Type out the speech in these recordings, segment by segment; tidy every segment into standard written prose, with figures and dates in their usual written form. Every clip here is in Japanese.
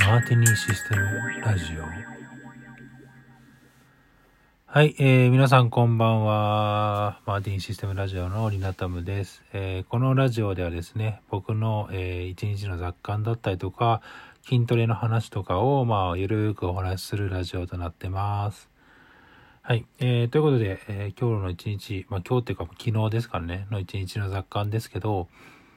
マーティニーシステムラジオ。はい、皆さんこんばんは。マーティニーシステムラジオのリナタムです。このラジオではですね、僕の、一日の雑感だったりとか、筋トレの話とかを、ゆるーくお話しするラジオとなってます。はい、ということで、今日の一日、今日っていうか昨日ですからね、の一日の雑感ですけど、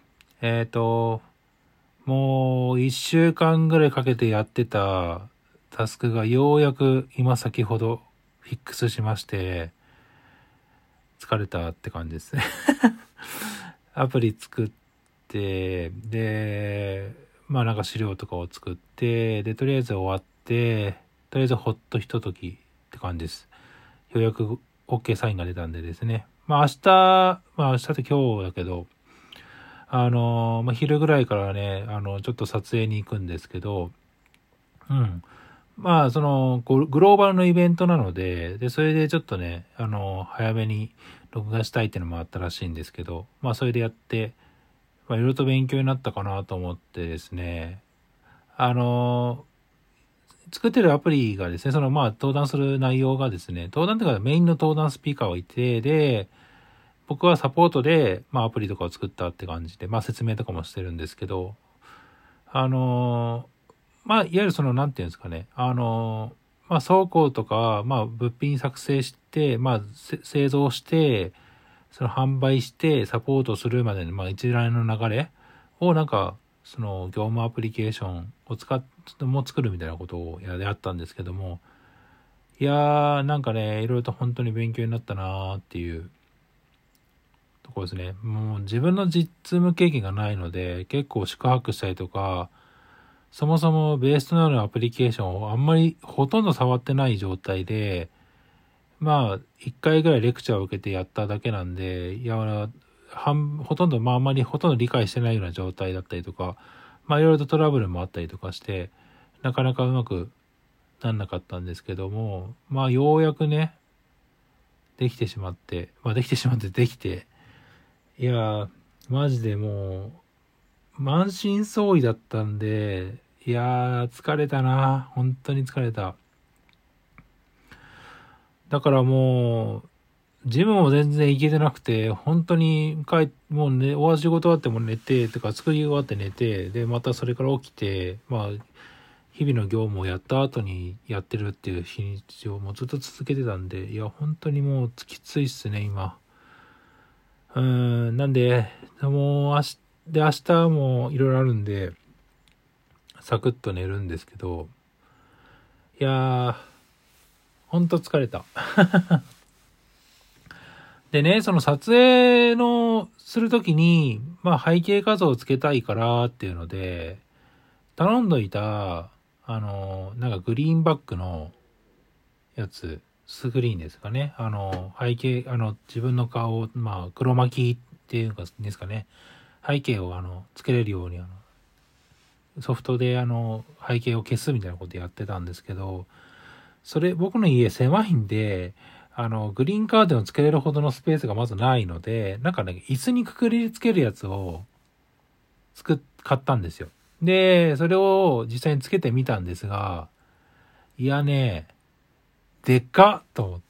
もう一週間ぐらいかけてやってたタスクがようやく今先ほどフィックスしまして、疲れたって感じですね。アプリ作って、で、なんか資料とかを作って、で、とりあえず終わって、とりあえずほっとひとときって感じです。ようやく OK サインが出たんでですね。明日と今日だけど、昼ぐらいからね、ちょっと撮影に行くんですけど、グローバルのイベントなので、それでちょっとね、早めに録画したいっていうのもあったらしいんですけど、それでやって、いろいろと勉強になったかなと思ってですね、作ってるアプリがですね、登壇する内容がですね、登壇っていうかメインの登壇スピーカーがいて、で、僕はサポートで、アプリとかを作ったって感じで、説明とかもしてるんですけど、いわゆるなんていうんですかね、倉庫とか、物品作成して、製造して、販売して、サポートするまでの、一連の流れを業務アプリケーションを作るみたいなことをやったんですけども、いやー、いろいろと本当に勉強になったなーっていうところですね。もう自分の実務経験がないので、結構宿泊したりとか、そもそもベースとなるアプリケーションをあんまりほとんど触ってない状態で、一回ぐらいレクチャーを受けてやっただけなんで、ほとんど理解してないような状態だったりとか、いろいろとトラブルもあったりとかして、なかなかうまくなんなかったんですけども、ようやくね、できて、いやー、マジでもう、満身創痍だったんで、いやー、疲れたな。本当に疲れた。だからもう、ジムも全然行けてなくて、本当にもうね、仕事終わっても寝て、作り終わって寝て、で、またそれから起きて、日々の業務をやった後にやってるっていう日にちをもうずっと続けてたんで、いや、本当にもうきついっすね、今。なんで、もう明日もいろいろあるんで、サクッと寝るんですけど、いやー、ほんと疲れた。でね、その撮影のするときに、背景画像をつけたいからっていうので、頼んどいた、グリーンバックのやつ、スクリーンですかね。背景、自分の顔を、黒巻きっていうかですかね。背景をつけれるように、ソフトで背景を消すみたいなことやってたんですけど、僕の家狭いんで、グリーンカーテンをつけれるほどのスペースがまずないので、椅子にくくりつけるやつを買ったんですよ。で、それを実際につけてみたんですが、いやね、でっかと思って。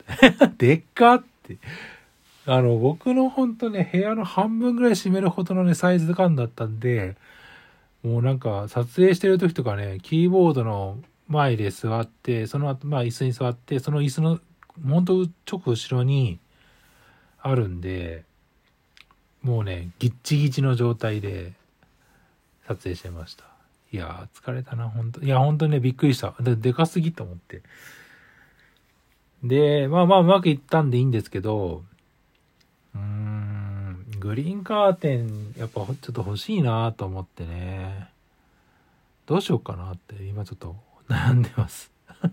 でっかって。僕のほんとね、部屋の半分ぐらい占めるほどのね、サイズ感だったんで、もう撮影してる時とかね、キーボードの前で座って、その後、椅子に座って、その椅子の、ほんと直後ろにあるんで、もうね、ギッチギチの状態で撮影してました。いやー、疲れたな、ほんと。いや、ほんとね、びっくりした。でかすぎと思って。で、うまくいったんでいいんですけど、グリーンカーテン、やっぱちょっと欲しいなと思ってね。どうしようかなって今ちょっと悩んでます。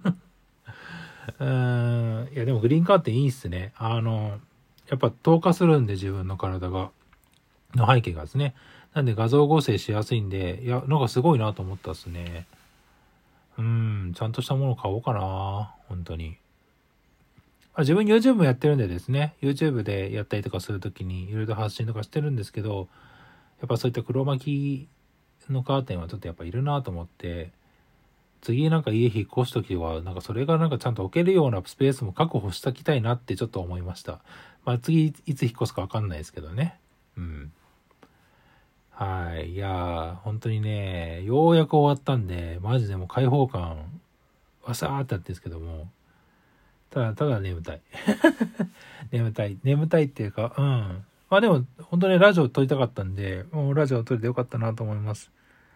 いやでもグリーンカーテンいいっすね。やっぱ透過するんで自分の体が、の背景がですね。なんで画像合成しやすいんで、いや、すごいなと思ったっすね。ちゃんとしたもの買おうかな本当に。自分 YouTube もやってるんでですね、YouTube でやったりとかするときにいろいろ発信とかしてるんですけど、やっぱそういった黒巻きのカーテンはちょっとやっぱいるなと思って、 次なんか家引っ越すときは、なんかそれがなんかちゃんと置けるようなスペースも確保しておきたいなってちょっと思いました。まあ次いつ引っ越すかわかんないですけどね。うん。はい。いやー、本当にね、ようやく終わったんで、マジでもう開放感、わさーってなってるんですけども、ただ眠たい。眠たいっていうか、うん。まあでも、本当にラジオ撮りたかったんで、もうラジオ撮れてよかったなと思います。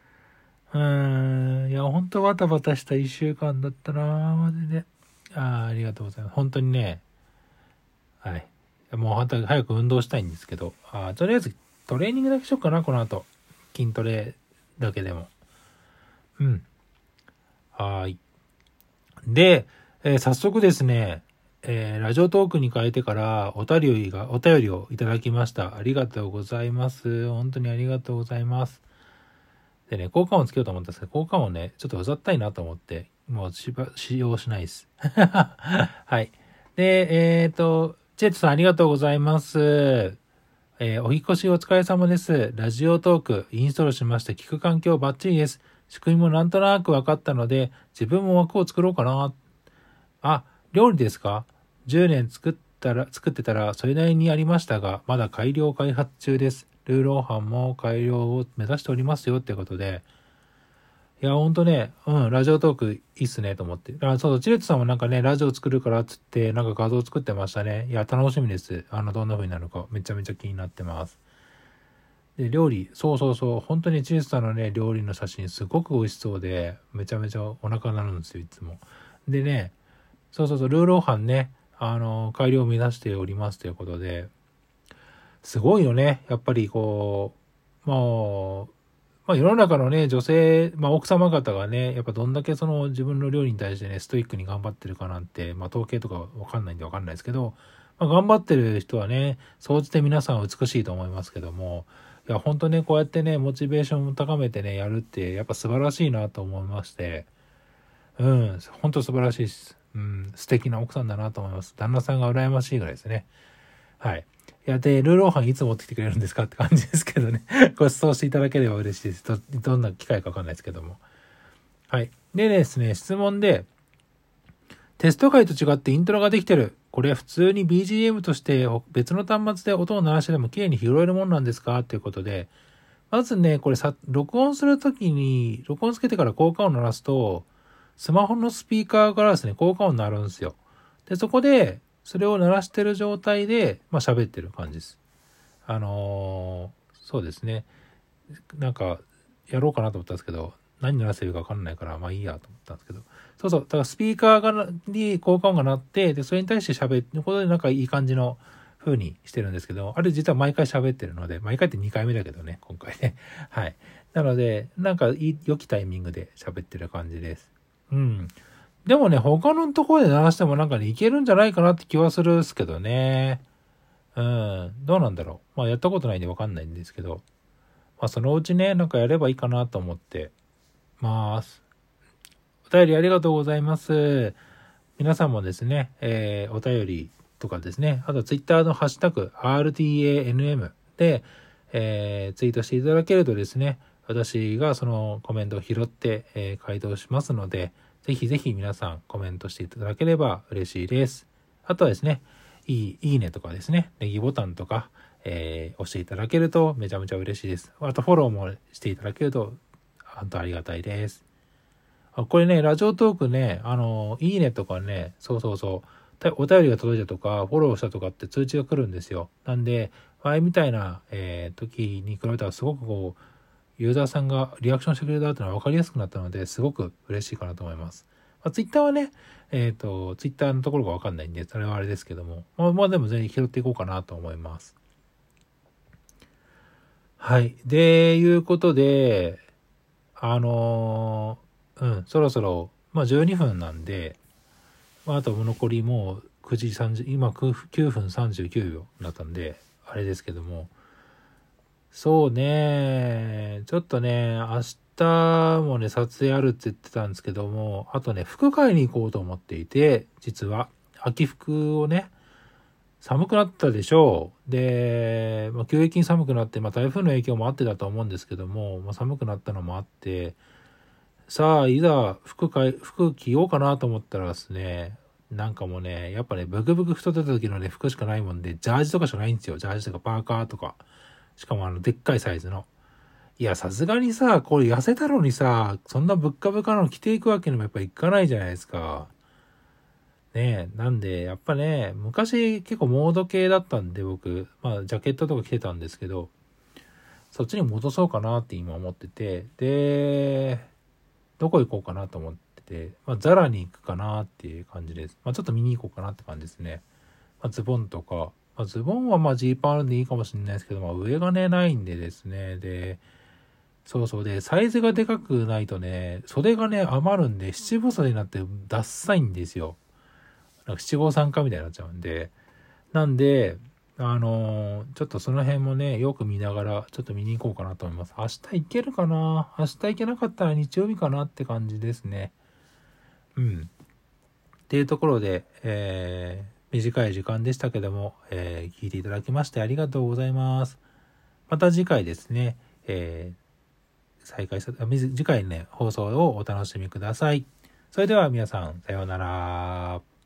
いや、本当バタバタした一週間だったなマジで。ありがとうございます。本当にね、はい。もう本当に早く運動したいんですけど、とりあえずトレーニングだけしよっかな、この後。筋トレだけでも。うん。はい。で、早速ですね、ラジオトークに変えてからお便りをいただきました。ありがとうございます。本当にありがとうございます。でね、効果音つけようと思ったんですけど、効果音ね、ちょっとうざったいなと思って、もう使用しないです。はい。で、チェットさんありがとうございます。お引越しお疲れ様です。ラジオトークインストールしまして聞く環境バッチリです。仕組みもなんとなく分かったので、自分も枠を作ろうかな。料理ですか？ 10 年作ってたらそれなりにありましたが、まだ改良開発中です。ルーローハンも改良を目指しておりますよってことで、いや、ほんとね、ラジオトークいいっすねと思って。そう、チレットさんもなんかね、ラジオ作るからっつって、なんか画像作ってましたね。いや、楽しみです。どんな風になるか、めちゃめちゃ気になってます。で、料理、そう、本当にチレットさんのね、料理の写真すごく美味しそうで、めちゃめちゃお腹になるんですよ、いつも。でね、ルーローハンね、改良を目指しておりますということで、すごいよね。やっぱりこう、世の中のね、女性、奥様方がね、やっぱどんだけその自分の料理に対してね、ストイックに頑張ってるかなんて、統計とかわかんないんでわかんないですけど、頑張ってる人はね、総じて皆さん美しいと思いますけども、いや、本当ね、こうやってね、モチベーションを高めてね、やるって、やっぱ素晴らしいなと思いまして、本当素晴らしいです。素敵な奥さんだなと思います。旦那さんが羨ましいぐらいですね。はい。いや、で、ルーローハンいつ持ってきてくれるんですかって感じですけどね。ご馳走していただければ嬉しいです。どんな機会かわかんないですけども。はい。でですね、質問で、テスト会と違ってイントロができてる。これ普通に BGM として別の端末で音を鳴らしてでも綺麗に拾えるもんなんですかっていうことで、まずね、これ録音するときに、録音つけてから効果音を鳴らすと、スマホのスピーカーからですね、効果音鳴るんですよ。で、そこで、それを鳴らしてる状態で、喋ってる感じです。そうですね。なんか、やろうかなと思ったんですけど、何鳴らせるか分かんないから、いいやと思ったんですけど。だからスピーカーに効果音が鳴って、で、それに対して喋ることでなんかいい感じの風にしてるんですけど、あれ実は毎回喋ってるので、毎回って2回目だけどね、今回ね。はい。なので、なんか良きタイミングで喋ってる感じです。でもね、他のところで鳴らしてもなんかね、いけるんじゃないかなって気はするんですけどね。どうなんだろう。やったことないんでわかんないんですけど。そのうちね、なんかやればいいかなと思ってます。お便りありがとうございます。皆さんもですね、お便りとかですね、あとツイッターのハッシュタグ RTANM で、ツイートしていただけるとですね、私がそのコメントを拾って、回答しますので、ぜひぜひ皆さんコメントしていただければ嬉しいです。あとはですね、いいねとかですね、ネギボタンとか、押していただけるとめちゃめちゃ嬉しいです。あとフォローもしていただけると、本当ありがたいです。これね、ラジオトークね、いいねとかね、お便りが届いたとか、フォローしたとかって通知が来るんですよ。なんで、前みたいな、時に比べたらすごくこう、ユーザーさんがリアクションしてくれたっていうのは分かりやすくなったので、すごく嬉しいかなと思います。ツイッターはね、ツイッターのところが分かんないんで、それはあれですけども、でも全然拾っていこうかなと思います。はい。で、いうことで、そろそろ、12分なんで、あと残りもう9時30、今9分39秒になったんで、あれですけども、そうね、ちょっとね、明日もね、撮影あるって言ってたんですけども、あとね、服買いに行こうと思っていて、実は、秋服をね、寒くなったでしょう。で、急激に寒くなって、台風の影響もあってだと思うんですけども、寒くなったのもあって、 さあ、いざ服着ようかなと思ったらですね、なんかもうね、やっぱね、ブクブク太ってた時のね、服しかないもんで、ジャージとかしかないんですよ。ジャージとかパーカーとか。しかもでっかいサイズの。いや、さすがにさ、これ痩せたのにさ、そんなぶっかぶかの着ていくわけにもやっぱいかないじゃないですか。ねえ、なんで、やっぱね、昔結構モード系だったんで僕、まあジャケットとか着てたんですけど、そっちに戻そうかなって今思ってて、で、どこ行こうかなと思ってて、まあザラに行くかなっていう感じです。まあちょっと見に行こうかなって感じですね。まあズボンとか、まあズボンはまあジーパンあるんでいいかもしれないですけど、まあ上がね、ないんでですね、で、そうそうで、サイズがでかくないとね、袖がね、余るんで、七分袖になってダッサいんですよ。なんか七五三かみたいになっちゃうんで。なんで、ちょっとその辺もね、よく見ながら、ちょっと見に行こうかなと思います。明日行けるかな？明日行けなかったら日曜日かなって感じですね。うん。っていうところで、短い時間でしたけども、聞いていただきましてありがとうございます。また次回ですね、次回ね、放送をお楽しみください。それでは皆さん、さようなら。